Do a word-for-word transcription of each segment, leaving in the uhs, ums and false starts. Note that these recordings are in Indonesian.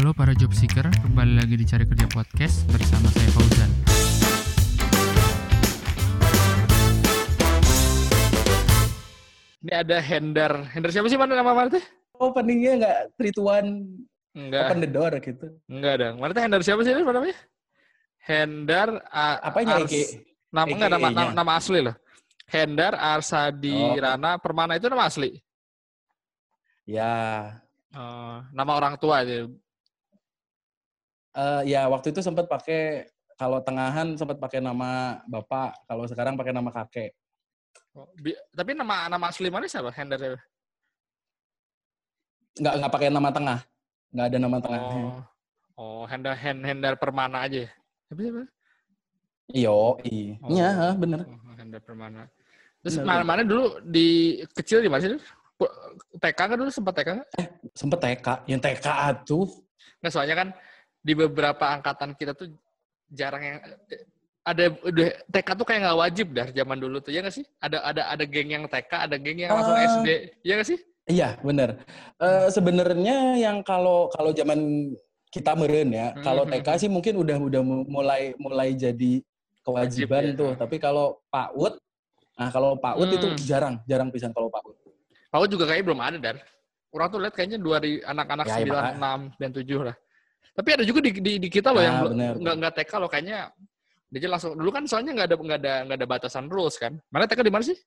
Halo para job seeker, kembali lagi di Cari Kerja Podcast bersama saya Fauzan. Ini ada Hendar. Hendar siapa sih mana nama mana teh? Oh, openingnya nggak Trituan Enggak. Open the door gitu. Enggak dong. Mana teh Hendar siapa sih ini namanya? Hendar uh, Apanya Ars... Ege? Nama enggak nama, nama nama asli loh. Hendar Arsadi Oh. Rana Permana itu nama asli. Ya. Uh, nama orang tua aja. Uh, ya waktu itu sempat pakai, kalau tengahan sempat pakai nama bapak, kalau sekarang pakai nama kakek. Oh, bi- tapi nama nama asli mana siapa? Hendar siapa? Nggak nggak pakai nama tengah, nggak ada nama tengahnya. Oh, oh Hendar Hen, Hendar Permana aja. Tapi siapa? Iyo, iya, Oh. bener. Oh, Hendar Permana. Terus Bener, mana, mana dulu di kecil di mana sih? T K kan dulu sempat T K nggak? Sempet T K, yang T K tuh. Nggak, soalnya kan di beberapa angkatan kita tuh jarang yang ada udah T K tuh kayak nggak wajib dah zaman dulu tuh, ya nggak sih? Ada ada ada geng yang T K, ada geng yang langsung Uh, S D, ya nggak sih? Iya, bener. Uh, sebenarnya yang kalau kalau zaman kita meren ya, Hmm, kalau hmm, T K hmm. sih mungkin udah udah mulai mulai jadi kewajiban Wajib ya. tuh. Tapi kalau PAUD, nah kalau PAUD itu Hmm. jarang, jarang pisan kalau PAUD. Aku juga kayaknya belum ada, Dar. Orang tuh lihat kayaknya dua ribu anak-anak Ya, ya, sembilan Pak. enam dan tujuh lah. Tapi ada juga di di, di kita loh Ah, yang belum- bener. nggak nggak T K loh, kayaknya dia langsung dulu kan, soalnya nggak ada nggak ada nggak ada batasan rules kan. Mana T K di mana sih?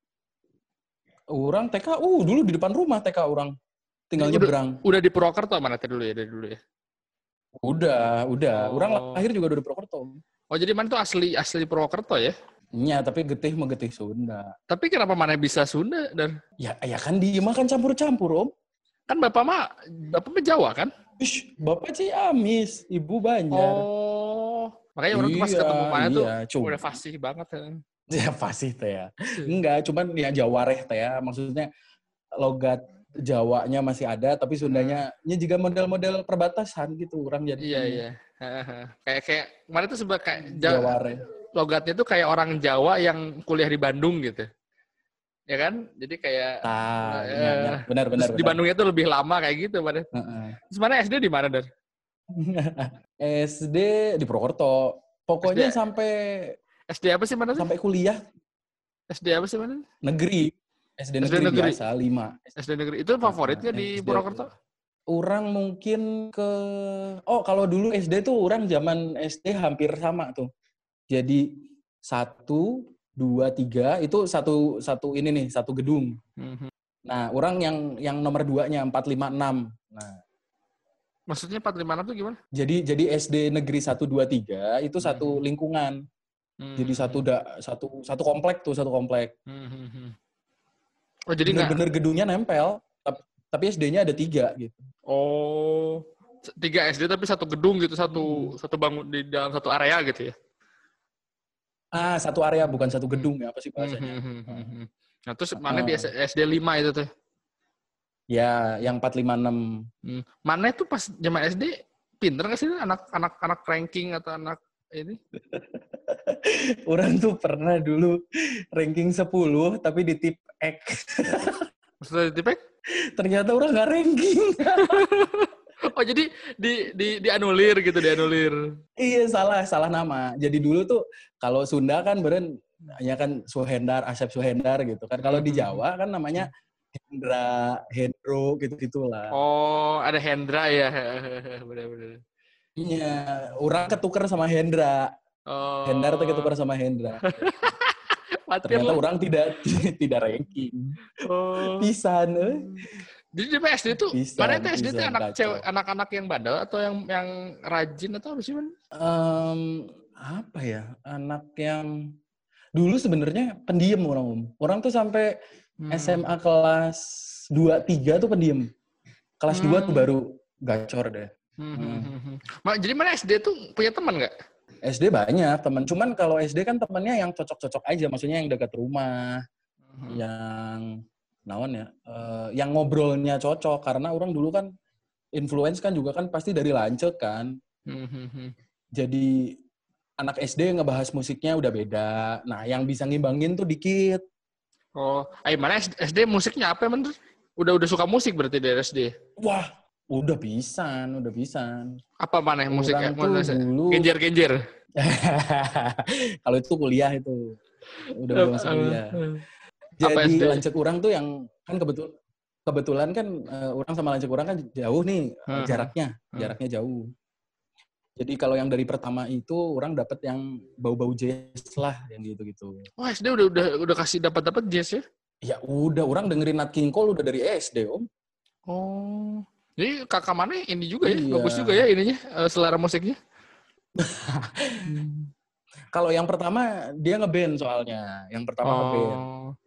Orang T K, uh dulu di depan rumah T K orang. Tinggal Udah- nyebrang. Udah di Purwokerto mana teh dulu ya, dari dulu ya. Udah, udah. Oh. Orang lahir juga udah di Purwokerto. Oh, jadi mana tuh asli asli Purwokerto ya? Iya, tapi getih mah getih Sunda. Tapi kenapa mana bisa Sunda, Dan? Ya, ya kan di mah kan campur-campur, Om. Kan bapak mah bapak mah Jawa kan? Ish, bapak Ciamis, ibu Banjar. Oh, makanya orang tuh pas Iya, ketemu mana tuh iya, cuma. udah fasih banget ya. Ya pasti teh ya. Enggak, cuman ya Jawareh teh ya. Maksudnya logat Jawanya masih ada, tapi Sundanya nya juga model-model perbatasan gitu orang jadi. Iya iya. kayak kayak kemarin tuh sebagai kayak Ja- Jawareh. logatnya tuh kayak orang Jawa yang kuliah di Bandung gitu. Ya kan? Jadi kayak Nah, eh, iya, iya. benar benar. terus di Bandungnya tuh lebih lama kayak gitu pada. Heeh. Terus mana S D di mana, Dar? S D di Purwokerto. Pokoknya S D. sampai S D apa sih mana? sampai kuliah S D apa sih mana? negeri. S D S D negeri, negeri. biasa lima. S D negeri. Itu favoritnya di S D. Purwokerto? Orang mungkin ke oh kalau dulu S D tuh orang zaman S D hampir sama tuh. Jadi satu, dua, tiga itu satu satu ini nih satu gedung. Mhm. Nah orang yang yang nomor duanya empat lima enam. Nah Maksudnya empat lima enam tuh gimana? jadi jadi S D negeri satu dua tiga itu satu Mhm. lingkungan. Hmm. Jadi satu da, satu satu komplek tuh satu komplek. Hmm. Oh jadi nggak? Bener-bener gedungnya nempel, tapi, tapi S D-nya ada tiga gitu. Oh, tiga S D tapi satu gedung gitu, satu Hmm. satu bangun di dalam satu area gitu ya? Ah satu area bukan satu gedung ya apa sih bahasanya? Hmm. Nah terus mana Ah. di S D lima itu tuh? Ya yang empat lima enam. Hmm. Mana itu pas zaman S D pinter nggak sih anak-anak anak ranking atau anak ini? Orang tuh pernah dulu ranking sepuluh tapi di tip X. Maksudnya tipe? Ternyata orang nggak ranking. Oh jadi di di dianulir gitu, dianulir. Iya salah salah nama. Jadi dulu tuh kalau Sunda kan beren ya kan Suhendar, Asep Suhendar gitu kan. Kalau di Jawa kan namanya Hendra, Hendro gitu-gitulah. Oh, ada Hendra ya. Benar-benar. Iya, orang ketuker sama Hendra. Oh. Hendar tuh ketuker sama Hendra. Matir Ternyata lah. orang tidak tidak ranking. Oh. Pisan eh. Jadi di S D tuh, Bisa, mana itu S D tuh bisa, anak kacau. cewek, anak-anak yang bandel atau yang yang rajin atau apa sih, Man? Em, apa ya? Anak yang dulu sebenarnya pendiam orang Om. Orang tuh sampai Hmm. S M A kelas dua tiga tuh pendiam. Kelas dua tuh Hmm. baru gacor deh. Hmm. Hmm. hmm, hmm. Ma- Jadi mana S D tuh punya teman nggak? S D banyak teman. Cuman kalau S D kan temannya yang cocok-cocok aja. Maksudnya yang dekat rumah. Hmm. Yang naon ya? eh, yang ngobrolnya cocok. Karena orang dulu kan influence kan juga kan pasti dari Lancet kan. Hmm, hmm, hmm. Jadi anak S D ngebahas musiknya udah beda. Nah, yang bisa ngimbangin tuh dikit. Oh, ayo mana S D musiknya apa, Man? Udah udah suka musik berarti dari S D? Wah, Udah pisan, udah pisan. Apa mana musik Orang tuh dulu genjer-genjer. kalau itu kuliah itu. Udah udah masuk kuliah. Apa S Jadi D? lancek orang tuh yang kan kebetul kebetulan kan uh, orang sama lancek orang kan jauh nih uh, jaraknya, jaraknya jauh. Jadi kalau yang dari pertama itu orang dapat yang bau-bau jazz lah yang gitu-gitu. Wah, S D udah udah udah kasih dapat-dapat jazz ya? Ya udah, orang dengerin Nat King Cole udah dari S D, Om. Oh. Jadi kakak mana ini juga ya? Iya. Bagus juga ya ininya, uh, selera musiknya. Kalau yang pertama dia ngeband soalnya. Yang pertama oh. ngeband.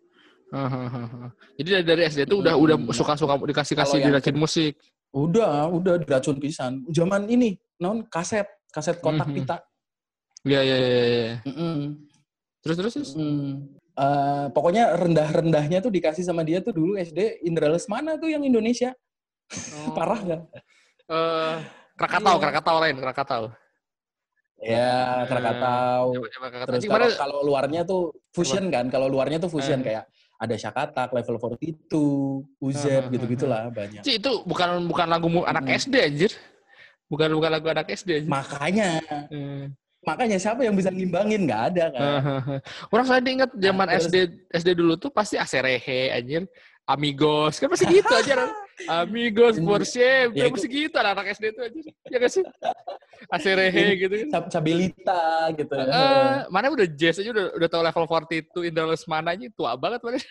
Jadi dari S D itu udah hmm. udah suka-suka dikasih-kasih diracun ke... musik. Udah, udah diracun pisan. Zaman ini non kaset, kaset kotak mm-hmm. pita. Iya iya iya iya. Mm-mm. Terus terus. terus? Mm. Uh, pokoknya rendah-rendahnya tuh dikasih sama dia tuh dulu S D Indra Lesmana tuh yang Indonesia. Oh. Parah kan? Uh, Krakatau, iya. Krakatau lain, Krakatau. Ya, Krakatau. Coba, coba Krakatau. Terus kalau, kalau luarnya tuh fusion kan, kalau luarnya tuh fusion uh. kayak ada Shakatak, Level empat puluh dua, U Z uh, gitu-gitulah banyak. Cik, itu bukan bukan lagu anak hmm. S D anjir. Bukan bukan lagu anak S D anjir. Makanya. Hmm. Makanya siapa yang bisa ngimbangin? Nggak ada kan. Orang saya ingat zaman nah, S D terus, S D dulu tuh pasti Aserehe anjir. Amigos, kan pasti gitu aja. Amigos, for shame, ya, pasti gitu anak-anak S D itu aja. Ya nggak sih? Aserehe gitu kan. Cabelita gitu. Uh, mana udah jazz aja, udah, udah tau level empat puluh dua, Indra Lesmana aja, tua banget mana.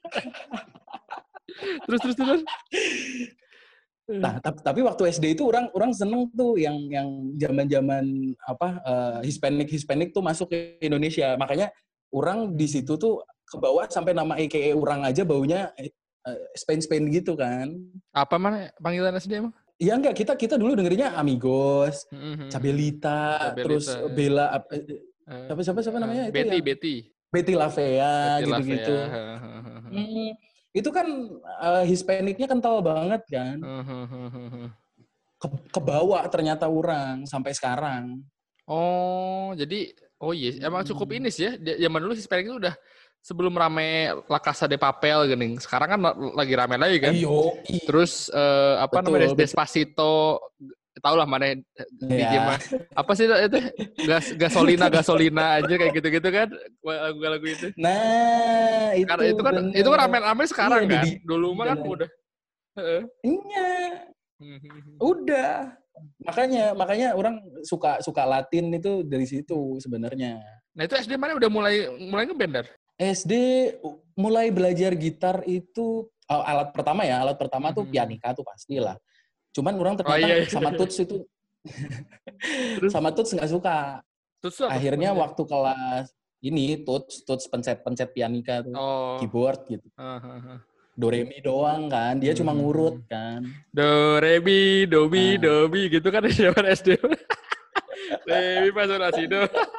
terus, terus, terus. Nah, tapi, tapi waktu S D itu orang orang seneng tuh yang yang zaman-zaman apa uh, Hispanic Hispanic tuh masuk ke Indonesia. Makanya orang di situ tuh kebawa sampai nama I K E orang aja baunya uh, Spain-Spain gitu kan. Apa mana panggilan S D emang? Iya enggak, kita kita dulu dengerinnya Amigos, mm-hmm. Cabelita, Cabelita, terus Bella uh, uh, siapa siapa siapa namanya uh, itu Betty, yang Betty. Betty Lavea Betty gitu-gitu. Hmm, itu kan uh, Hispanicnya kental banget kan. Ke, kebawa ternyata orang sampai sekarang. Oh, jadi oh iya, yes. Emang cukup ini sih ya. Zaman dulu Hispanic itu udah sebelum rame La Casa de Papel gini. Sekarang kan lagi rame lagi kan. Ayo. Terus uh, apa betul, namanya Despacito, tau lah mana D J yeah. mah. Apa sih itu? Gas gasolina gasolina aja kayak gitu-gitu kan lagu-lagu itu. Nah, itu karena itu kan bener. Itu kan rame-rame sekarang iya, kan. Di, dulu mah kan udah. Iya. Udah. Makanya makanya orang suka suka Latin itu dari situ sebenarnya. Nah, itu S D mana udah mulai mulai ngeband? S D mulai belajar gitar itu oh, alat pertama ya, alat pertama tuh pianika tuh pastilah. Cuman orang ternyata oh, iya, iya. sama tuts itu sama tuts nggak suka. Tuts akhirnya apa? Waktu kelas ini tuts tuts pencet-pencet pianika tuh, oh. keyboard gitu. Uh-huh. Do re mi doang kan, dia hmm. cuma ngurut kan. Do re mi do mi do mi gitu kan di zaman S D. Re mi fa sol la si do.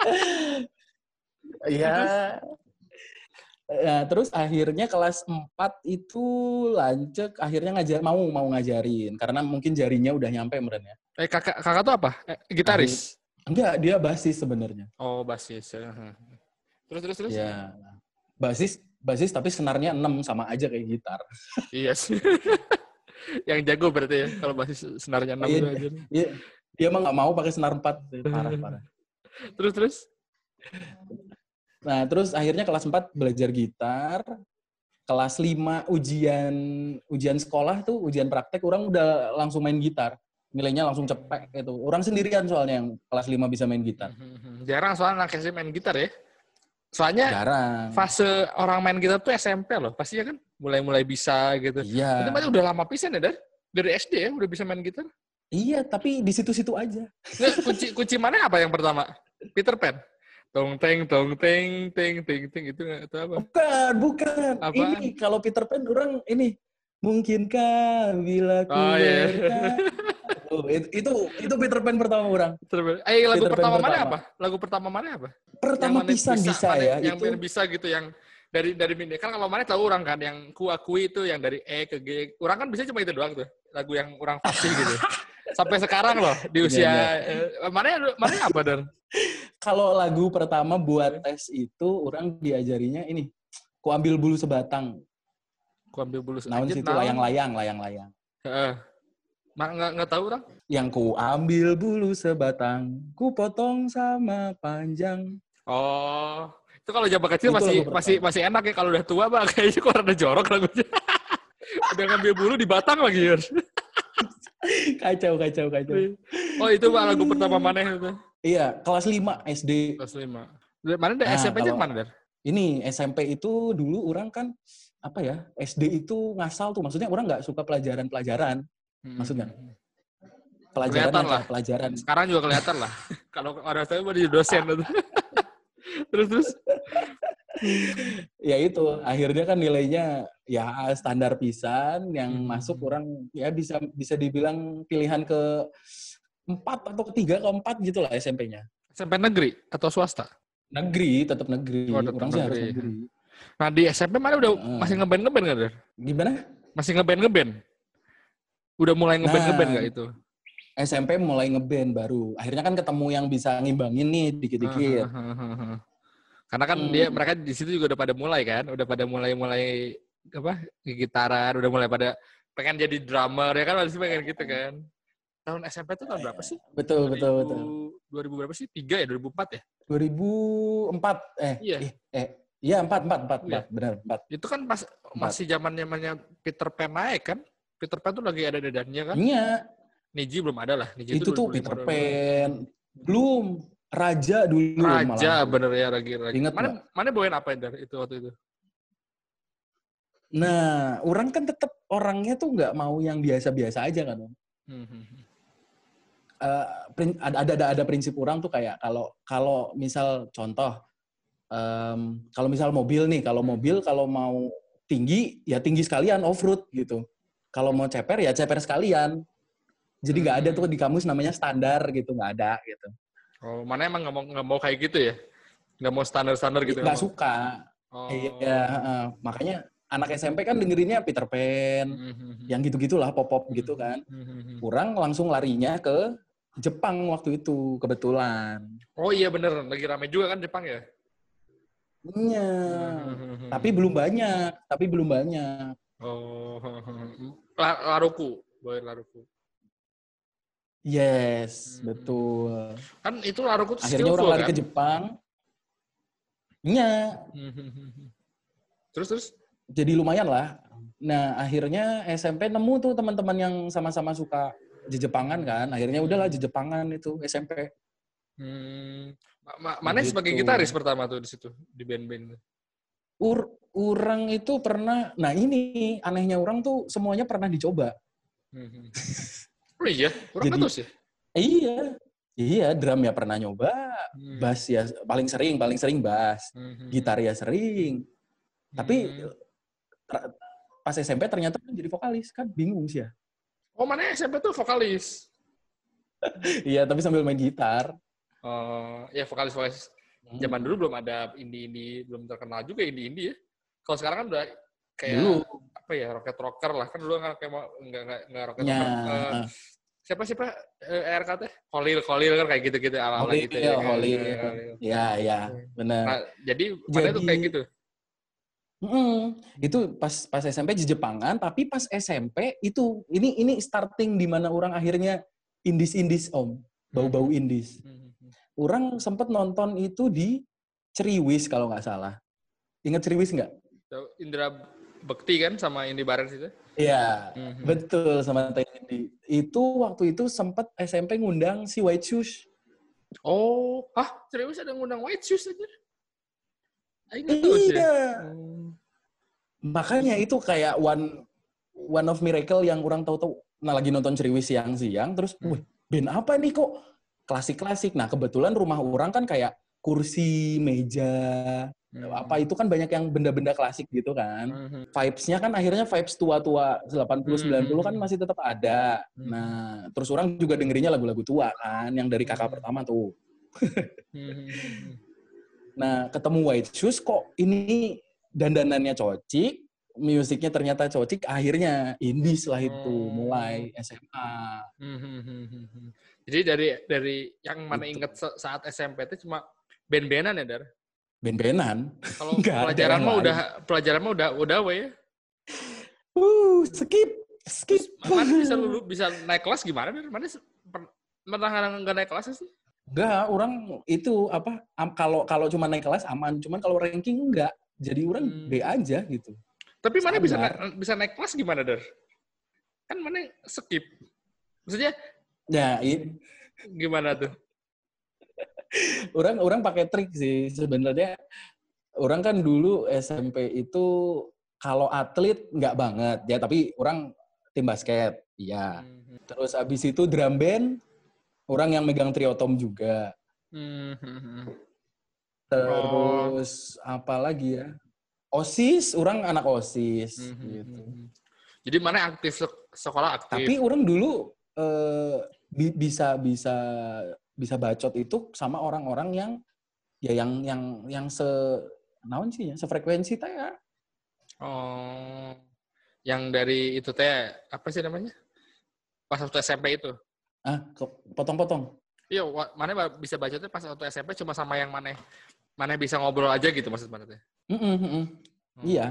Iya. Nah, terus akhirnya kelas empat itu lancek, akhirnya ngajar mau mau ngajarin karena mungkin jarinya udah nyampe meren ya. Eh kakak kakak tuh apa? Eh, gitaris? Akhir, enggak, dia basis sebenarnya. Oh, basis. Terus terus terus. Ya. Basis basis tapi senarnya enam sama aja kayak gitar. Iya sih. Yang jago berarti ya kalau basis senarnya enam itu aja. Iya. Dia mah enggak mau pakai senar empat, parah-parah. Terus terus. Nah, terus akhirnya kelas empat belajar gitar. Kelas lima ujian ujian sekolah tuh, ujian praktek, orang udah langsung main gitar. Nilainya langsung cepek gitu. Orang sendirian soalnya yang kelas lima bisa main gitar. Jarang soalnya anak S D main gitar ya. Soalnya jarang. Fase orang main gitar tuh S M P loh. Pasti ya kan mulai-mulai bisa gitu. Iya. Itu masih udah lama pisan ya, Dar? Dari S D ya udah bisa main gitar? Iya, tapi di situ-situ aja. Nggak, kunci kunci mana apa yang pertama? Peter Pan? Tong teng tong teng teng teng teng itu itu apa? Bukan, bukan. Apa? Ini kalau Peter Pan orang ini mungkinkah bila ku oh, yeah. oh, itu, itu itu Peter Pan pertama orang. Eh lagu Peter pertama mana pertama. apa? Lagu pertama mana apa? Pertama pisan bisa, bisa mana, ya yang itu. Yang bisa gitu yang dari dari mini kan kalau mana tahu orang kan yang ku akui itu yang dari E ke G. Orang kan bisa cuma itu doang tuh. Lagu yang orang fasih gitu. Sampai sekarang loh di usia eh, mana mana apa Dan? Kalau lagu pertama buat tes itu orang diajarinya ini, ku ambil bulu sebatang. Ku ambil bulu sebatang. Naon situ layang-layang, layang-layang. Heeh. Nggak nggak tahu orang. Yang ku ambil bulu sebatang, ku potong sama panjang. Oh, itu kalau zaman kecil Itu masih lagu masih pertama. masih enak ya. Kalau udah tua mah kayaknya kok rada jorok lagunya. Udah ngambil bulu di batang lagi ya. Kacau, kacau, kacau. Oh, itu Pak lagu pertama mana itu? Iya, kelas lima S D. Kelas lima. Mana ada Nah, S M P-nya kalau kemana, Dar? ini S M P itu dulu orang kan apa ya? S D itu ngasal tuh, maksudnya orang nggak suka pelajaran-pelajaran. Maksudnya pelajaran Kelihatan yang lah. kayak pelajaran. Sekarang juga kelihatan lah. Kalau orang saya mau jadi dosen itu. terus terus. Ya itu, akhirnya kan nilainya ya standar pisan, yang Hmm. masuk orang ya bisa bisa dibilang pilihan ke empat atau ketiga keempat gitu lah S M P-nya. S M P negeri atau swasta? Negeri, tetap negeri. Oh, tetap orang sih harus negeri. negeri. Nah di S M P mana udah Uh. masih ngeband ngeband nggak, Dar? Gimana? Masih ngeband ngeband? Udah mulai ngeband ngeband nggak itu? S M P mulai ngeband baru. Akhirnya kan ketemu yang bisa ngimbangin nih dikit-dikit. Karena kan Hmm. dia mereka di situ juga udah pada mulai kan, udah pada mulai-mulai apa gitaran, udah mulai pada pengen jadi drummer ya kan, masih pengen gitu kan. Tahun S M P itu tahun berapa sih? Betul, dua ribu, betul, betul. dua ribu berapa sih? tiga ya, dua ribu empat ya? dua ribu empat eh Iya. eh, eh iya empat empat empat Iya. benar empat. Itu kan pas masih zaman-zamannya Peter Pan naik kan? Peter Pan tuh lagi ada dadanya kan? Iya. Niji belum ada lah. Niji Itu tuh Peter Pan. Belum. Raja dulu Raja malah. bener ya lagi. Raja. Ingat mana nggak? mana bawain apa Dar itu waktu itu? Nah, orang kan tetap orangnya tuh nggak mau yang biasa-biasa aja kan. Hmm. Uh, ada, ada ada prinsip orang tuh kayak kalau kalau misal contoh um, kalau misal mobil nih, kalau mobil kalau mau tinggi ya tinggi sekalian off-road gitu. Kalau mau ceper ya ceper sekalian. Jadi nggak ada tuh di kamus namanya standar gitu, nggak ada gitu. Oh, mana emang nggak mau nggak mau kayak gitu ya? Nggak mau standar-standar gitu? Nggak suka. Oh. Iya, uh, makanya anak S M P kan dengerinnya Peter Pan, mm-hmm. yang gitu-gitulah pop-pop gitu kan. Mm-hmm. Kurang langsung larinya ke Jepang waktu itu kebetulan. Oh iya bener, lagi rame juga kan Jepang ya? Iya, mm-hmm. tapi belum banyak, tapi belum banyak. Oh, Laruku, boy Laruku. Yes, hmm. betul. Kan itu Laruku tuh akhirnya orang lari kan? ke Jepang. Iya. Terus terus? Jadi lumayan lah. Nah, akhirnya S M P nemu tuh teman-teman yang sama-sama suka Jepangan kan. Akhirnya udahlah Jepangan itu S M P. Hmm. Mana gitu. Sebagai gitaris pertama tuh di situ di band-band. Ur orang itu pernah. Nah, ini anehnya orang tuh semuanya pernah dicoba. Hmm. Oh iya, orang Jadi, terus ya? Iya. Iya, drum ya pernah nyoba, hmm. bass ya paling sering, paling sering bass. Hmm. Gitar ya sering. Hmm. Tapi pas S M P ternyata jadi vokalis, kan bingung sih ya. Oh, mana S M P tuh vokalis? Iya, tapi sambil main gitar. Oh, uh, ya vokalis-vokalis. Hmm. Zaman dulu belum ada indie-indie, belum terkenal juga indie-indie ya. Kalau sekarang kan udah kayak dulu. Apa ya, rocket rocker lah. Kan dulu kan kayak mau enggak enggak enggak rocket ya. rocker. Uh, siapa siapa uh, R K T? Kolil, Kolil kan kayak gitu-gitu ala-ala Holil, gitu ya. Holil. Iya, iya, benar. Nah, jadi pada tuh kayak gitu. Mm, itu pas pas S M P di Jepangan, tapi pas S M P itu ini ini starting di mana orang akhirnya indis-indis om, bau-bau indis. Mm-hmm. Orang sempat nonton itu di Ceriwis kalau nggak salah. Ingat Ceriwis nggak? Indra Bekti kan sama Indi Barens itu? Iya, mm-hmm. betul sama Teh Indi. Itu waktu itu sempat S M P ngundang si White Shoes. Oh, hah? Ceriwis ada ngundang White Shoes aja? Iya. Makanya itu kayak one one of miracle yang orang tahu-tahu. Nah, lagi nonton Ceriwis siang-siang, terus, wih, band apa nih kok klasik-klasik. Nah, kebetulan rumah orang kan kayak kursi, meja, hmm. apa itu kan banyak yang benda-benda klasik gitu kan. Hmm. Vibes-nya kan akhirnya vibes tua-tua delapan puluh sembilan puluh kan masih tetap ada. Hmm. Nah, terus orang juga dengerinnya lagu-lagu tua kan, yang dari kakak hmm. pertama tuh. hmm. Nah, ketemu White Shoes kok ini dandanannya cocik, musiknya ternyata cocik, akhirnya indie setelah itu hmm. mulai S M A. Hmm. Jadi dari dari yang mana gitu. Inget saat S M P itu cuma band-bandan ya, Dar? Band-bandan. Kalau pelajaran mah udah pelajaran mah udah udah we ya. Uh, skip. Skip. Mana bisa lulu bisa naik kelas gimana? Mana pernah nggak naik kelas sih? Enggak, orang itu apa? Kalau kalau cuma naik kelas aman, cuman kalau ranking enggak. Jadi orang hmm. B aja gitu. Tapi mana bisa naik, bisa naik kelas gimana, Dar? Kan mana skip. Maksudnya? Ya, ini gimana tuh? orang orang pakai trik sih sebenarnya. Orang kan dulu S M P itu kalau atlet nggak banget ya, tapi orang tim basket, iya. Hmm. Terus abis itu drum band, orang yang megang triotom juga. Hmm. Terus oh. apa lagi ya? OSIS, orang anak OSIS. Hmm. Gitu. Jadi mana aktif sekolah aktif? Tapi orang dulu eh, bisa bisa bisa bacot itu sama orang-orang yang ya yang yang yang se naon sih ya, sefrekuensi teh ya. Oh. Yang dari itu teh apa sih namanya? Pas waktu S M P itu. Ah, potong-potong. Iya, mana bisa baca tuh pas waktu S M P cuma sama yang mana mana bisa ngobrol aja gitu maksud mana teh. Mm-mm, mm-mm. Hmm. Iya.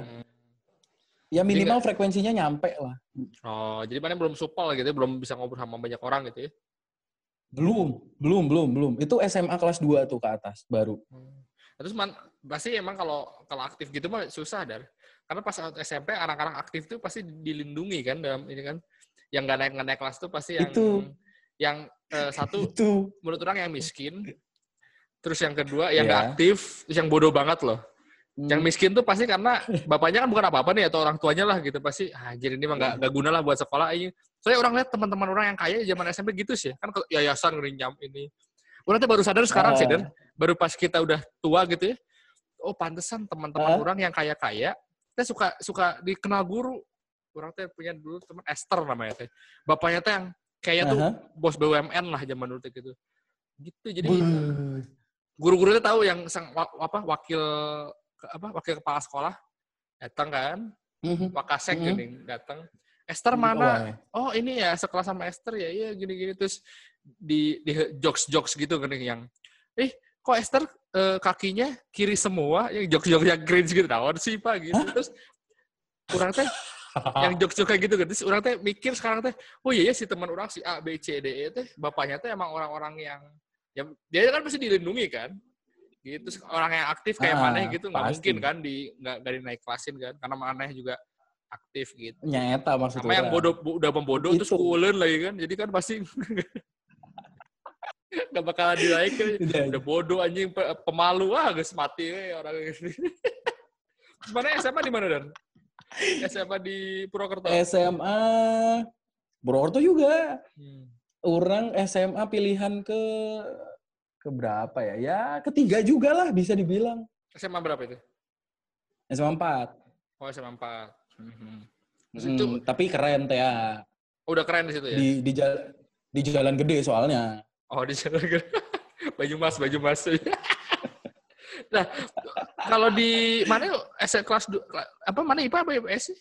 Ya minimal jadi, frekuensinya nyampe lah. Oh, jadi mana belum supel gitu, belum bisa ngobrol sama banyak orang gitu ya? Belum, belum, belum, belum. Itu S M A kelas dua tuh ke atas baru. Hmm. Terus man, pasti emang kalau kalau aktif gitu mah susah, Dar. Karena pas S M P anak-anak aktif tuh pasti dilindungi kan dalam ini kan. Yang nggak naik nggak naik kelas tuh pasti yang itu. yang uh, satu itu. menurut orang yang miskin. Terus yang kedua yang nggak yeah. aktif, terus yang bodoh banget loh. Hmm. Yang miskin tuh pasti karena bapaknya kan bukan apa-apa nih atau orang tuanya lah gitu pasti. Ah, jadi ini mah nggak nggak guna lah buat sekolah ini. Soalnya orang lihat teman-teman orang yang kaya zaman S M P gitu sih, kan yayasan ngerinyam ini. Orang tuh baru sadar sekarang uh. sih, Dan. Baru pas kita udah tua gitu ya. Oh, pantesan teman-teman uh. orang yang kaya-kaya, kita suka suka dikenal guru. Orang tuh punya dulu teman Esther namanya teh. Bapaknya tuh yang kayak uh-huh. tuh bos B U M N lah zaman dulu gitu. Gitu. Jadi uh. guru-gurunya tahu yang sang apa wakil apa wakil kepala sekolah datang kan. Uh-huh. Wakasek uh-huh. gini datang. Esther mana? Oh, ini ya sekelas sama Esther ya. Iya gini-gini terus di di jokes-jokes gitu kan yang eh kok Esther eh, kakinya kiri semua yang jokes-jokes yang cringe gitu tawon sih Pak gitu. Terus orang teh yang jokes-jokes kayak gitu kan. Terus orang teh mikir sekarang teh oh iya ya si teman orang si A B C D E teh bapaknya teh emang orang-orang yang ya dia kan pasti dilindungi kan. Gitu orang yang aktif kayak ah, mana gitu nggak mungkin kan di nggak dari naik kelasin kan karena mana juga aktif gitu. Nyata maksudnya. Sama yang bodoh udah membodoh terus kulen lagi kan. Jadi kan pasti nggak bakalan dinaikin. Udah bodoh anjing pemalu ah guys mati we orang ini. Mana S M A di mana Dan? S M A di Purwokerto. S M A Purwokerto juga. Hmm. Orang S M A pilihan ke ke berapa ya? Ya ketiga juga lah bisa dibilang. S M A berapa itu? S M A empat. Oh S M A empat. Hmm. Hmm, itu, tapi keren teh ya. Oh, udah keren di situ ya? Di di jalan di jalan gede soalnya. Oh di jalan gede. Baju mas, baju mas. Nah, kalau di mana S kelas apa mana I P A apa I P S sih?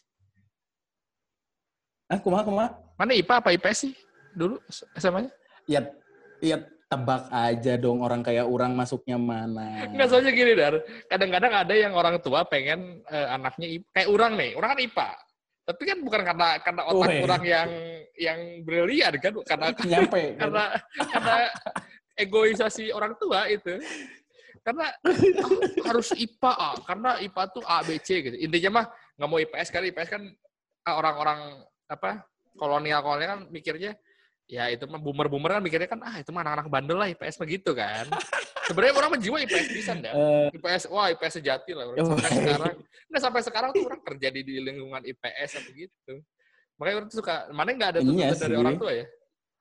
Ah, kumaha kumaha? Mana I P A apa I P S sih dulu S M A-nya? Ya, ya tebak aja dong orang kayak orang masuknya mana. Enggak soalnya gini, Dar. Kadang-kadang ada yang orang tua pengen uh, anaknya I P A. Kayak orang nih, orang kan I P A. Tapi kan bukan karena karena otak Uwe. orang yang yang brilian kan, karena Nyampe, karena kan? karena egoisasi orang tua itu. Karena oh, harus I P A, karena I P A tuh A B C gitu. Intinya mah nggak mau I P S kan, I P S kan orang-orang apa kolonial-kolonial kan mikirnya ya itu mah boomer-boomer kan mikirnya kan ah itu mah anak-anak bandel lah I P S begitu kan. Sebenarnya orang menjiwa I P S bisa enggak? Uh, I P S wah I P S sejati lah orang sampai uh, sekarang. Nggak sampai sekarang tuh orang kerja di, di lingkungan I P S atau gitu. Makanya orang tuh suka mana nggak ada tuntutan dari orang tua ya?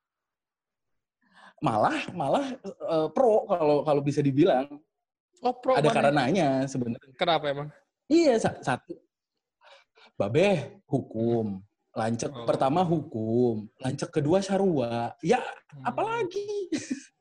Malah malah uh, pro kalau kalau bisa dibilang. Oh, pro ada mana? Karenanya sebenarnya. Kenapa emang? Iya satu. Babeh hukum. Lancek oh. pertama hukum, lancek kedua sarua. Ya, hmm. apalagi?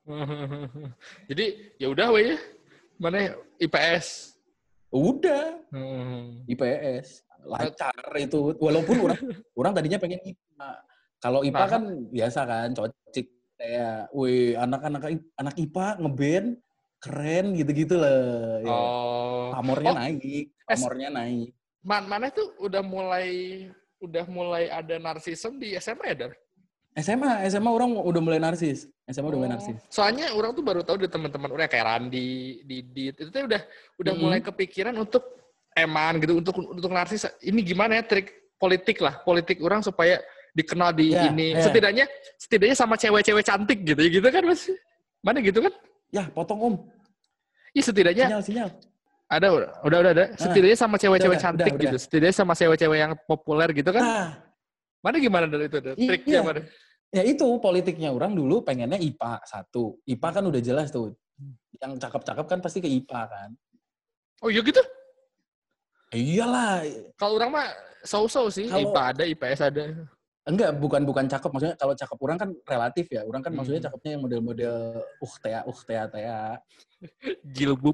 Jadi ya udah we ya. Mana I P S? Udah. Hmm. I P S. Lancar itu. Walaupun orang orang tadinya pengen I P A. Kalau I P A nah. kan biasa kan, cocik kayak we anak-anak anak I P A ngeband keren gitu-gitu lah. Ya. Oh. Pamornya oh. naik, pamornya naik. Man, mana tuh udah mulai udah mulai ada narsisme di S M A ya, Dar? S M A, S M A orang udah mulai narsis. S M A udah mulai narsis. Soalnya orang tuh baru tahu dari teman-teman orang kayak Randi, Didit, itu tuh udah udah Mm-hmm. mulai kepikiran untuk eman gitu, untuk untuk narsis. Ini gimana ya trik politik lah, politik orang supaya dikenal di Ya, ini. ya. Setidaknya setidaknya sama cewek-cewek cantik gitu, gitu kan Mas? Mana gitu kan? Ya, potong Om. Iya setidaknya Sinyal, sinyal. ada udah udah udah ada. Setidaknya sama cewek-cewek udah, cantik udah, gitu. udah. Setidaknya sama cewek-cewek yang populer gitu kan? Nah, Mana gimana dari itu? Dar? Triknya iya. mana? Ya itu politiknya orang dulu pengennya I P A satu. I P A kan udah jelas tuh. Yang cakep-cakep kan pasti ke I P A kan. Oh iya gitu? Iyalah. Kalau orang mah so-so sih. Kalau- I P A ada, I P S ada. Enggak, bukan bukan cakep. Maksudnya kalau cakep orang kan relatif ya. Orang kan Hmm. maksudnya cakepnya yang model-model uh tea uh tea tea. Jilbub.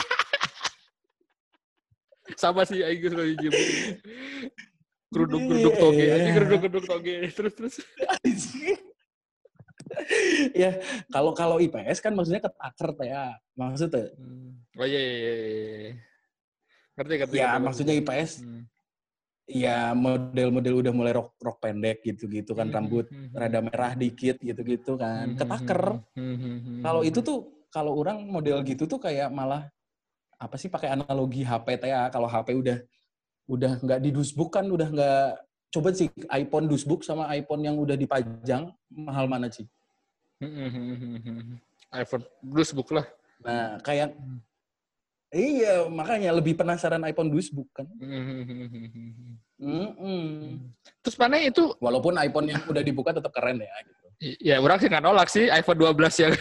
Sama sih aing geus lagi jilbub. Kerudung-kerudung toge, Iya. anjing kerudung-kerudung toge. Terus terus. Ya, kalau kalau I P S kan maksudnya ketaker tea. Maksudnya. Oh iya iya iya. Ngerti ngerti. Ya, ngerti, maksudnya ngerti. I P S Hmm. ya model-model udah mulai rok rok pendek gitu-gitu kan, rambut rada merah dikit gitu-gitu kan. Ketaker. Kalau itu tuh kalau orang model gitu tuh kayak malah apa sih pakai analogi H P teh ya. Kalau H P udah udah nggak di dusbook kan udah nggak, coba sih iPhone dusbook sama iPhone yang udah dipajang mahal mana sih? iPhone dusbook lah. Nah, kayak iya, makanya lebih penasaran iPhone dusbook kan. Mm-mm. Terus mana itu? Walaupun iPhone yang udah dibuka tetap keren ya gitu. Ya orang sih nggak nolak sih iPhone dua belas yang.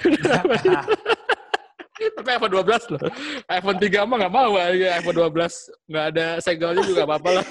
Tapi iPhone dua belas loh. iPhone tiga mah nggak mau aja. iPhone dua belas nggak ada segelnya juga apa-apa lah.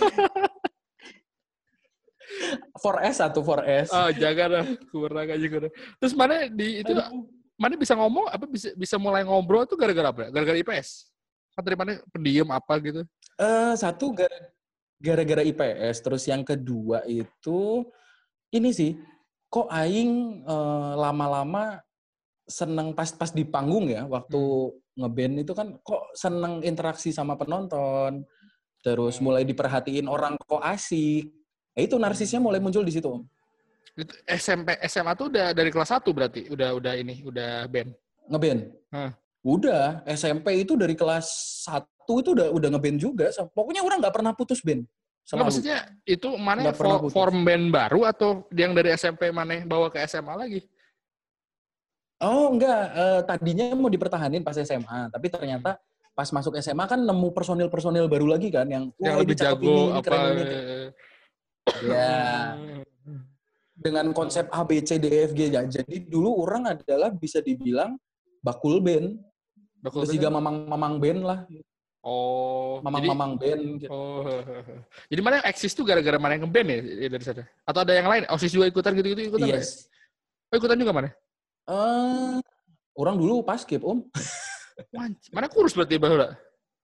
four S atau four S. Oh jangan lah, kurang aja kurang. Terus mana di itu mana bisa ngomong apa bisa bisa mulai ngobrol tuh gara-gara apa? Gara-gara I P S? Kan dari mana pendiam apa gitu? Eh satu gara- gara-gara I P S, terus yang kedua itu ini sih, kok aing eh, lama-lama seneng pas-pas di panggung ya, waktu hmm. ngeband itu kan kok seneng interaksi sama penonton, terus hmm. mulai diperhatiin orang kok asik. Eh, itu narsisnya mulai muncul di situ, Om. Itu S M P S M A tuh udah dari kelas satu berarti udah udah ini udah band. Ngeband. Huh. Udah, S M P itu dari kelas satu itu udah udah ngeband juga. Pokoknya orang nggak pernah putus band. Nggak, maksudnya itu mana for, form band baru atau yang dari S M P mana bawa ke S M A lagi? Oh enggak, eh, tadinya mau dipertahanin pas S M A, tapi ternyata pas masuk S M A kan nemu personil-personil baru lagi kan yang yang lebih jago ini, ini, apa? Keren, ini. Ya, dengan konsep A B C D E F G ya. Jadi dulu orang adalah bisa dibilang bakul band, bakul band mamang-mamang band lah. Oh, mamang-mamang band. Gitu. Oh, jadi mana yang eksis tuh gara-gara mana yang ngeband ya dari sana? Atau ada yang lain? OSIS juga ikutan gitu-gitu ikutan? Yes. Ya? Oh, ikutan juga mana? Uh, orang dulu paskib, Om. Mana kurus berarti bahula?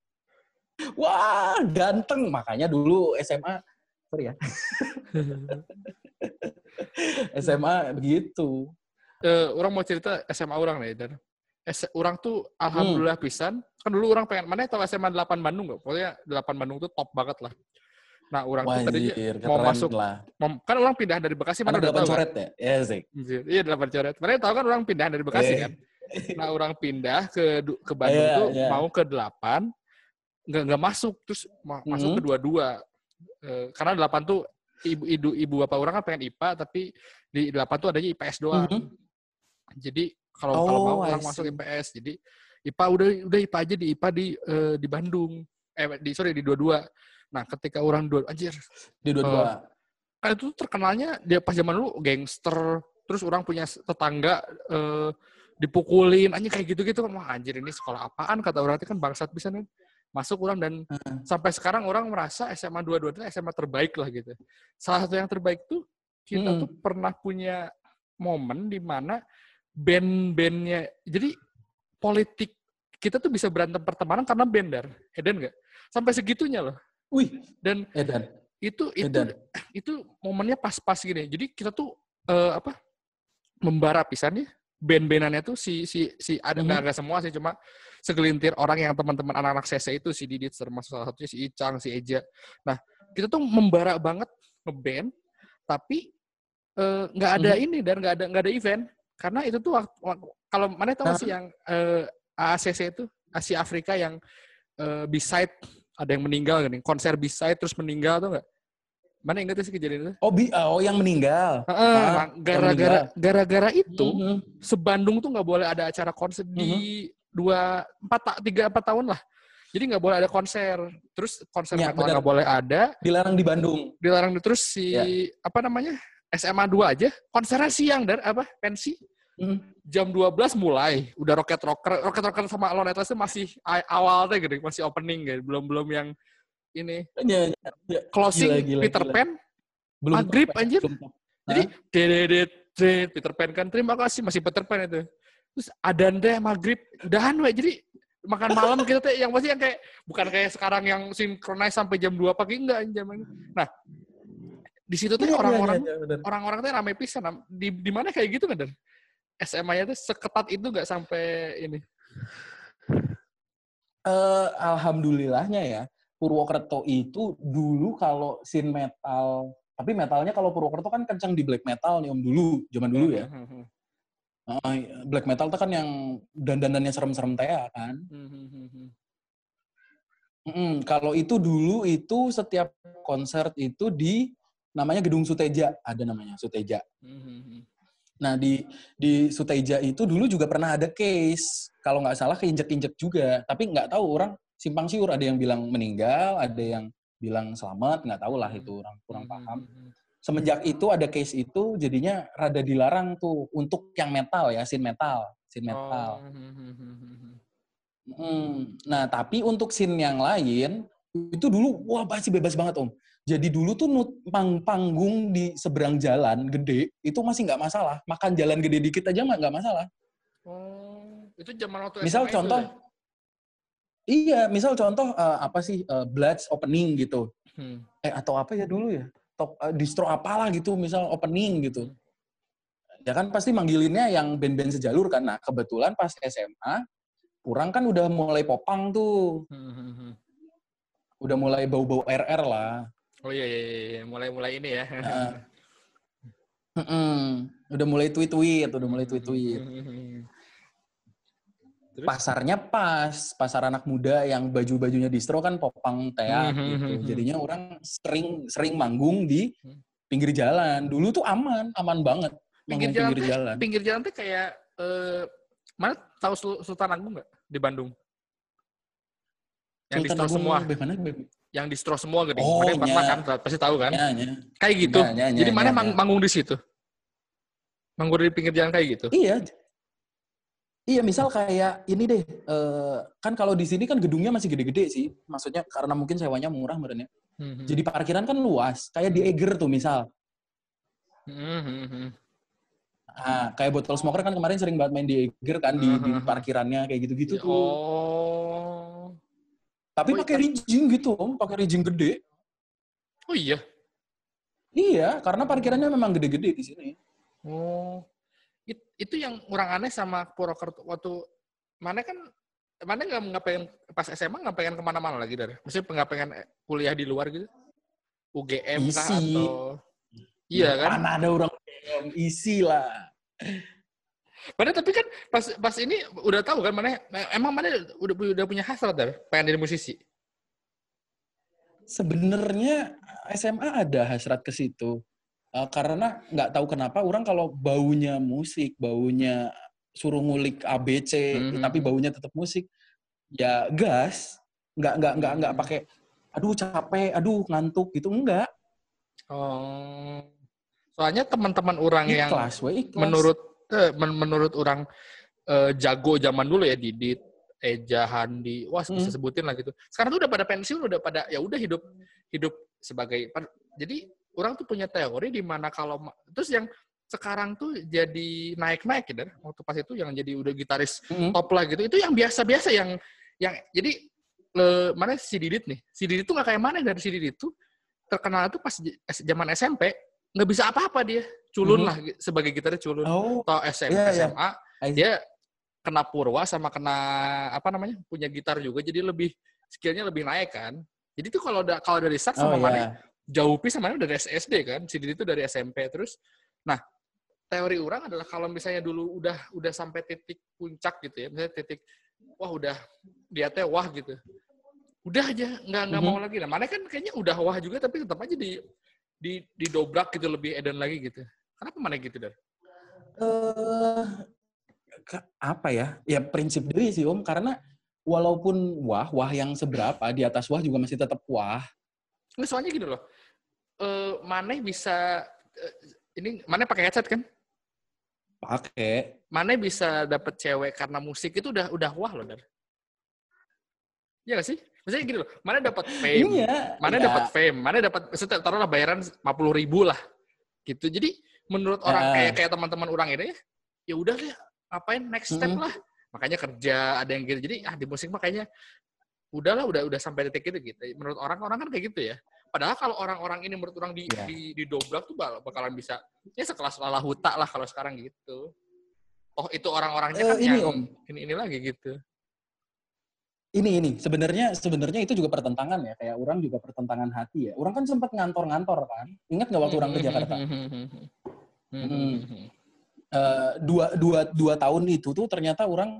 Wah, ganteng. Makanya dulu S M A, sorry ya. S M A gitu. Uh, orang mau cerita S M A orang nih, dan S, orang tuh alhamdulillah hmm. pisan. Kan dulu orang pengen, mana tahu S M A delapan Bandung nggak? Pokoknya delapan Bandung tuh top banget lah. Nah, orang Wajir, tuh tadinya mau masuk, mau, kan orang pindah dari Bekasi, mana udah tahu coret kan? Ya? Iya sih. Iya, delapan coret. Mana tahu kan orang pindah dari Bekasi eh. kan? Nah, orang pindah ke ke Bandung yeah, tuh yeah. mau ke delapan, nggak nggak masuk, terus ma- mm-hmm. masuk ke dua-dua. E, karena delapan tuh ibu ibu ibu bapak orang kan pengen I P A, tapi di delapan tuh adanya I P S doang. Mm-hmm. Jadi kalau oh, kalau mau orang masuk I P S, jadi I P A udah udah I P A aja di I P A di uh, di Bandung. Eh di sorry di dua-dua. Nah, ketika orang dua anjir di dua-dua. Uh, kan itu terkenalnya dia pas zaman dulu gangster, terus orang punya tetangga uh, dipukulin, anjir kayak gitu-gitu kan. Wah, anjir ini sekolah apaan kata orang itu kan bangsat bisa kan. Masuk orang dan uh. sampai sekarang orang merasa S M A dua-dua itu S M A terbaik lah gitu. Salah satu yang terbaik tuh kita hmm. tuh pernah punya momen di mana band-bandnya, jadi politik kita tuh bisa berantem pertemanan karena band, Dar. Edan nggak? Sampai segitunya loh. Wih. Dan Edan. itu itu Edan. itu momennya pas-pas gini. Jadi kita tuh uh, apa? Membara pisan ya. Band-bandannya tuh si si si ada nggak mm-hmm. semua sih, cuma segelintir orang yang teman-teman anak-anak C C itu si Didit termasuk salah satunya si Icang, si Eja. Nah, kita tuh membara banget ngeband tapi nggak uh, ada mm-hmm. ini dan nggak ada nggak ada event karena itu tuh waktu, waktu kalau mana tahu sih yang uh, A A C C itu Asia Afrika yang uh, B-side ada yang meninggal kan, konser B-side terus meninggal tuh nggak? Mana ingat sih kejadian itu? Oh, bi- oh yang meninggal. Uh, ah, gara-gara gara-gara itu mm-hmm. se-Bandung tuh nggak boleh ada acara konser mm-hmm. di dua empat tiga empat tahun lah. Jadi nggak boleh ada konser. Terus konser ya, metal nggak boleh ada. Dilarang di Bandung. Dilarang terus si ya. apa namanya S M A dua aja konsernya siang dan apa pensi. Hmm. Jam dua belas mulai. Udah Rocket Rocker, Rocket Rocker sama Alone Atlas itu masih awal teh gitu, masih opening gitu. Belum-belum yang ini. Ya, ya, ya. Closing gila, gila, Peter gila. Pan. Belum Maghrib anjir. Belum. Jadi dedet Peter Pan kan terima kasih masih Peter Pan itu. Terus adan deh Maghrib udahan we jadi makan malam kita teh yang pasti yang kayak bukan kayak sekarang yang sinkronis sampai jam dua pagi enggak zaman. Nah, di situ tuh ya, orang-orang ya, ya, orang-orang tuh ramai pisan. Di di mana kayak gitu kan, Dan? S M A-nya tuh seketat itu enggak sampai ini. Uh, alhamdulillahnya ya, Purwokerto itu dulu kalau scene metal, tapi metalnya kalau Purwokerto kan kencang di black metal nih Om dulu, zaman dulu ya. Uh, black metal tuh kan yang dandanannya serem-serem teh kan. Mm-hmm. Mm-hmm. Kalau itu dulu itu setiap konser itu di namanya Gedung Suteja, ada namanya Suteja. Mm-hmm. Nah di di Suteja itu dulu juga pernah ada case, kalau nggak salah keinjek-injek juga, tapi nggak tahu orang simpang siur, ada yang bilang meninggal, ada yang bilang selamat, nggak tahu lah itu orang kurang paham. Semenjak itu ada case itu, jadinya rada dilarang tuh untuk yang metal ya, scene metal, scene metal. Oh. Hmm. Nah, tapi untuk scene yang lain, itu dulu, wah pasti bebas banget Om. Jadi dulu tuh pang panggung di seberang jalan gede, itu masih nggak masalah. Makan jalan gede dikit aja nggak masalah. Oh, itu zaman waktu misal S M A contoh, itu, ya? Iya, misal contoh, uh, apa sih, uh, Bloods opening gitu. Hmm. Eh, atau apa ya dulu ya? Top, uh, distro apalah gitu, misal opening gitu. Ya kan pasti manggilinnya yang band-band sejalur kan. Nah, kebetulan pas S M A, kurang kan udah mulai popang tuh. Hmm. Udah mulai bau-bau R R lah. Oh iya, iya, iya. Mulai-mulai ini ya. Nah, udah mulai tweet-tweet, udah mulai tweet-tweet. Terus? Pasarnya pas, pasar anak muda yang baju-bajunya distro kan popang teak mm-hmm. gitu. Jadinya orang sering sering manggung di pinggir jalan. Dulu tuh aman, aman banget. Pinggir jalan, pinggir jalan. Te, pinggir jalan tuh kayak eh, mana tahu Sultan Agung nggak di Bandung? Yang distro semua. Bagaimana? Yang distro semua gede. Oh, mana pernah kan? Pasti tahu kan? Ya, ya. Kayak gitu. Ya, ya, ya, Jadi ya, mana ya, mang- ya. manggung di situ? Manggung di pinggir jalan kayak gitu? Iya. Iya, misal kayak ini deh, uh, kan kalau di sini kan gedungnya masih gede-gede sih, maksudnya karena mungkin sewanya murah merenya. Mm-hmm. Jadi parkiran kan luas, kayak di Eger tuh misal. Mm-hmm. Nah, kayak Botol Smoker kan kemarin sering banget main di Eger kan, di, mm-hmm. di parkirannya kayak gitu-gitu tuh. Oh. Tapi oh, pakai rigging gitu, Om, pakai rigging gede. Oh iya? Iya, karena parkirannya memang gede-gede di sini. Oh. Itu yang orang aneh sama Purwokerto waktu mana kan mana nggak nggak pengen pas S M A nggak pengen kemana-mana lagi dari, maksudnya nggak pengen kuliah di luar gitu, U G M kah atau iya kan? Mana ada orang isi lah. Mana tapi kan pas pas ini udah tahu kan mana emang mana udah udah punya hasrat dari pengen jadi musisi. Sebenarnya S M A ada hasrat ke situ. Uh, karena nggak tahu kenapa orang kalau baunya musik, baunya suruh ngulik A B C, mm-hmm. tapi baunya tetap musik, ya gas, nggak nggak nggak nggak pakai, aduh capek, aduh ngantuk gitu, enggak. Oh, soalnya teman-teman orang ikhlas, yang we, ikhlas. menurut eh, men- menurut orang eh, jago zaman dulu ya, Didit, Eja, Handi, wah bisa sebutin lah gitu. Sekarang tuh udah pada pensiun, udah pada ya udah hidup hidup sebagai, jadi orang tuh punya teori di mana kalau terus yang sekarang tuh jadi naik-naik gitu, waktu pas itu yang jadi udah gitaris mm-hmm. top lah gitu, itu yang biasa-biasa yang yang jadi le, mana si Didit nih, si Didit tuh nggak kayak mana dari si Didit tuh terkenal tuh pas zaman S M P nggak bisa apa-apa dia, culun mm-hmm. lah sebagai gitaris culun, oh, atau S M P yeah, S M A yeah. dia kena Purwa sama kena apa namanya punya gitar juga, jadi lebih skillnya lebih naik kan, jadi tuh kalau da, kalau dari start sama oh, mana yeah. jauh pisah mana dari S D kan, si Didi itu dari S M P terus. Nah, teori orang adalah kalau misalnya dulu udah udah sampai titik puncak gitu ya, misalnya titik wah udah dia teh wah gitu. Udah aja nggak nggak Mhm. mau lagi. Nah, mana kan kayaknya udah wah juga tapi tetap aja di di didobrak gitu lebih edan lagi gitu. Kenapa mana gitu Dar? Eh, ke- apa ya? Ya prinsip diri sih Om, karena walaupun wah, wah yang seberapa di atas wah juga masih tetap wah. Nggak, soalnya gini loh. Eh Maneh bisa eh, ini Maneh pakai headset kan? Pakai. Maneh bisa dapet cewek karena musik itu udah udah wah loh Dar. Iya gak sih? Maksudnya gini loh, mana dapat fame, Iya, mana ya. dapat fame, mana dapat, maksudnya taruhlah bayaran lima puluh ribu lah, gitu. Jadi menurut orang Eh, kayak kayak teman-teman orang ini, ya udah deh, ngapain next step mm-mm. lah. Makanya kerja, ada yang gitu. Jadi ah di musik mah kayaknya udahlah, udah udah sampai detik itu gitu. Menurut orang-orang kan kayak gitu ya. Padahal kalau orang-orang ini menurut orang di, Ya. di, didobrak tuh bal- bakalan bisa, ya sekelas Lala Huta lah kalau sekarang gitu. Oh itu orang-orangnya Eh, kan ini yang Om, ini ini lagi gitu. ini ini sebenarnya sebenarnya itu juga pertentangan ya, kayak orang juga pertentangan hati ya. Orang kan sempat ngantor-ngantor kan. Ingat nggak waktu orang ke Jakarta? Hmm. Eh, dua, dua, dua tahun itu tuh ternyata orang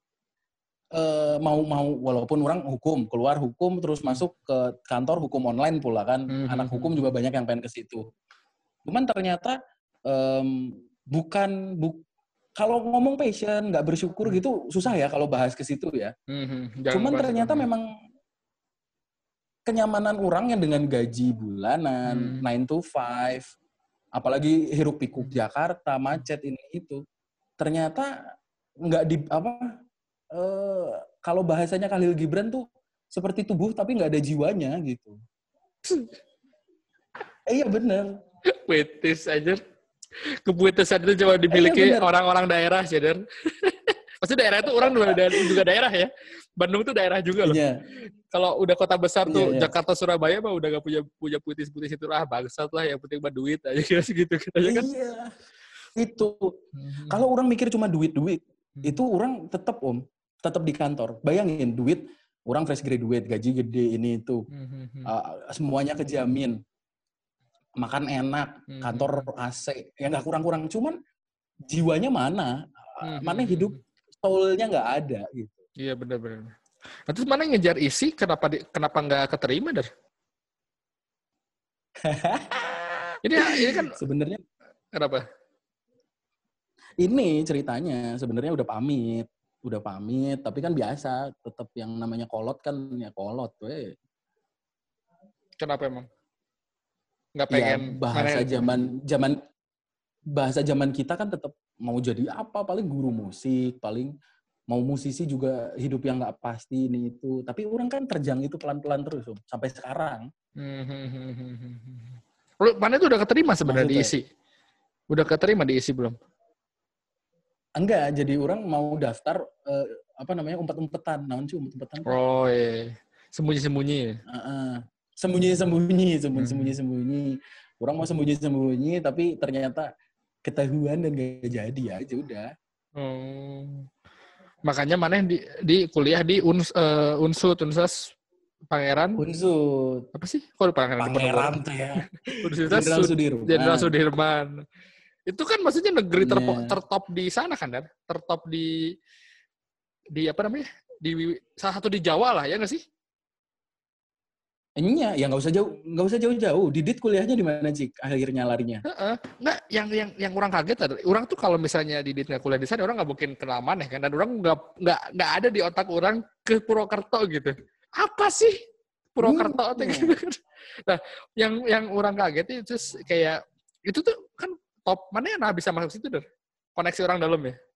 eh, mau mau walaupun orang hukum, keluar hukum terus masuk ke kantor hukum online pula kan. Anak hukum juga banyak yang pengen ke situ. Cuman ternyata em, bukan bu, kalau ngomong passion nggak bersyukur gitu susah ya kalau bahas ke situ ya. Jangan Cuman bahas itu. ternyata memang kenyamanan orang yang dengan gaji bulanan, Hmm. nine to five, apalagi hiruk pikuk Jakarta, macet ini itu, ternyata nggak di apa eh, kalau bahasanya Khalil Gibran tuh seperti tubuh tapi nggak ada jiwanya gitu. Eh, iya bener. Puitis aja. Kepuitisan itu cuma Eh, iya dimiliki bener. orang-orang daerah sih, Dan. Maksudnya daerah itu orang juga daerah ya. Bandung tuh daerah juga loh. Iya, Kalau udah kota besar iya, tuh iya. Jakarta Surabaya mah udah gak punya punya puitis-puitis itu lah, bangsat lah, yang penting mah duit aja gitu aja kan. Iya, itu. Kalau orang mikir cuma duit-duit, itu orang tetap Om, tetap di kantor. Bayangin duit, orang fresh graduate, gaji gede ini itu, uh, semuanya kejamin, makan enak, kantor A C, ya nggak kurang-kurang. Cuman jiwanya mana? Uh, mana hidup soul-nya nggak ada gitu. Iya benar-benar. Nah, terus mana ngejar isi? Kenapa di, kenapa nggak keterima Dar? ini ini kan sebenarnya kenapa? Ini ceritanya sebenarnya udah pamit, udah pamit, tapi kan biasa, tetap yang namanya kolot kan ya kolot, weh. Kenapa emang? Nggak Ya pengen bahasa mana- zaman zaman bahasa zaman kita kan tetap mau jadi apa, paling guru musik, paling mau musisi juga hidup yang nggak pasti ini itu. Tapi orang kan terjang itu pelan-pelan terus Om, sampai sekarang. Lu mana itu udah keterima sebenarnya di Maksudnya? isi? Udah keterima di isi belum? Enggak, jadi orang mau daftar eh, apa namanya umpet-umpetan, naon sih umpet-umpetan? Oh iya, sembunyi-sembunyi. Ya? Uh-uh. Sembunyi-sembunyi, sembunyi-sembunyi. Orang mau sembunyi-sembunyi, tapi ternyata ketahuan dan gak jadi aja udah. Hmm. Makanya mana di, di kuliah di uns, uh, unsut unsas Pangeran Unsut. apa sih? Kok Pangeran, Pangeran tuh ya. Universitas Jenderal Sudirman. Jenderal Sudirman. Itu kan maksudnya negeri ter, Yeah. tertop di sana kan, Dan? Tertop di di apa namanya? Di salah satu di Jawa lah, ya nggak sih? Iya, ya nggak usah jauh, nggak usah jauh-jauh. Didit kuliahnya di mana Cik? Akhirnya larinya. Heeh. Nggak, yang yang yang orang kaget adalah, orang tuh kalau misalnya di Didit nggak kuliah di sana, orang nggak mungkin kenal mana kan, dan orang nggak nggak nggak ada di otak orang ke Purwokerto gitu. Apa sih Purwokerto? Hmm. Gitu kan. Nah, yang yang orang kaget itu kayak itu tuh kan top mana yang nah bisa masuk situ, Der? Koneksi orang dalam ya.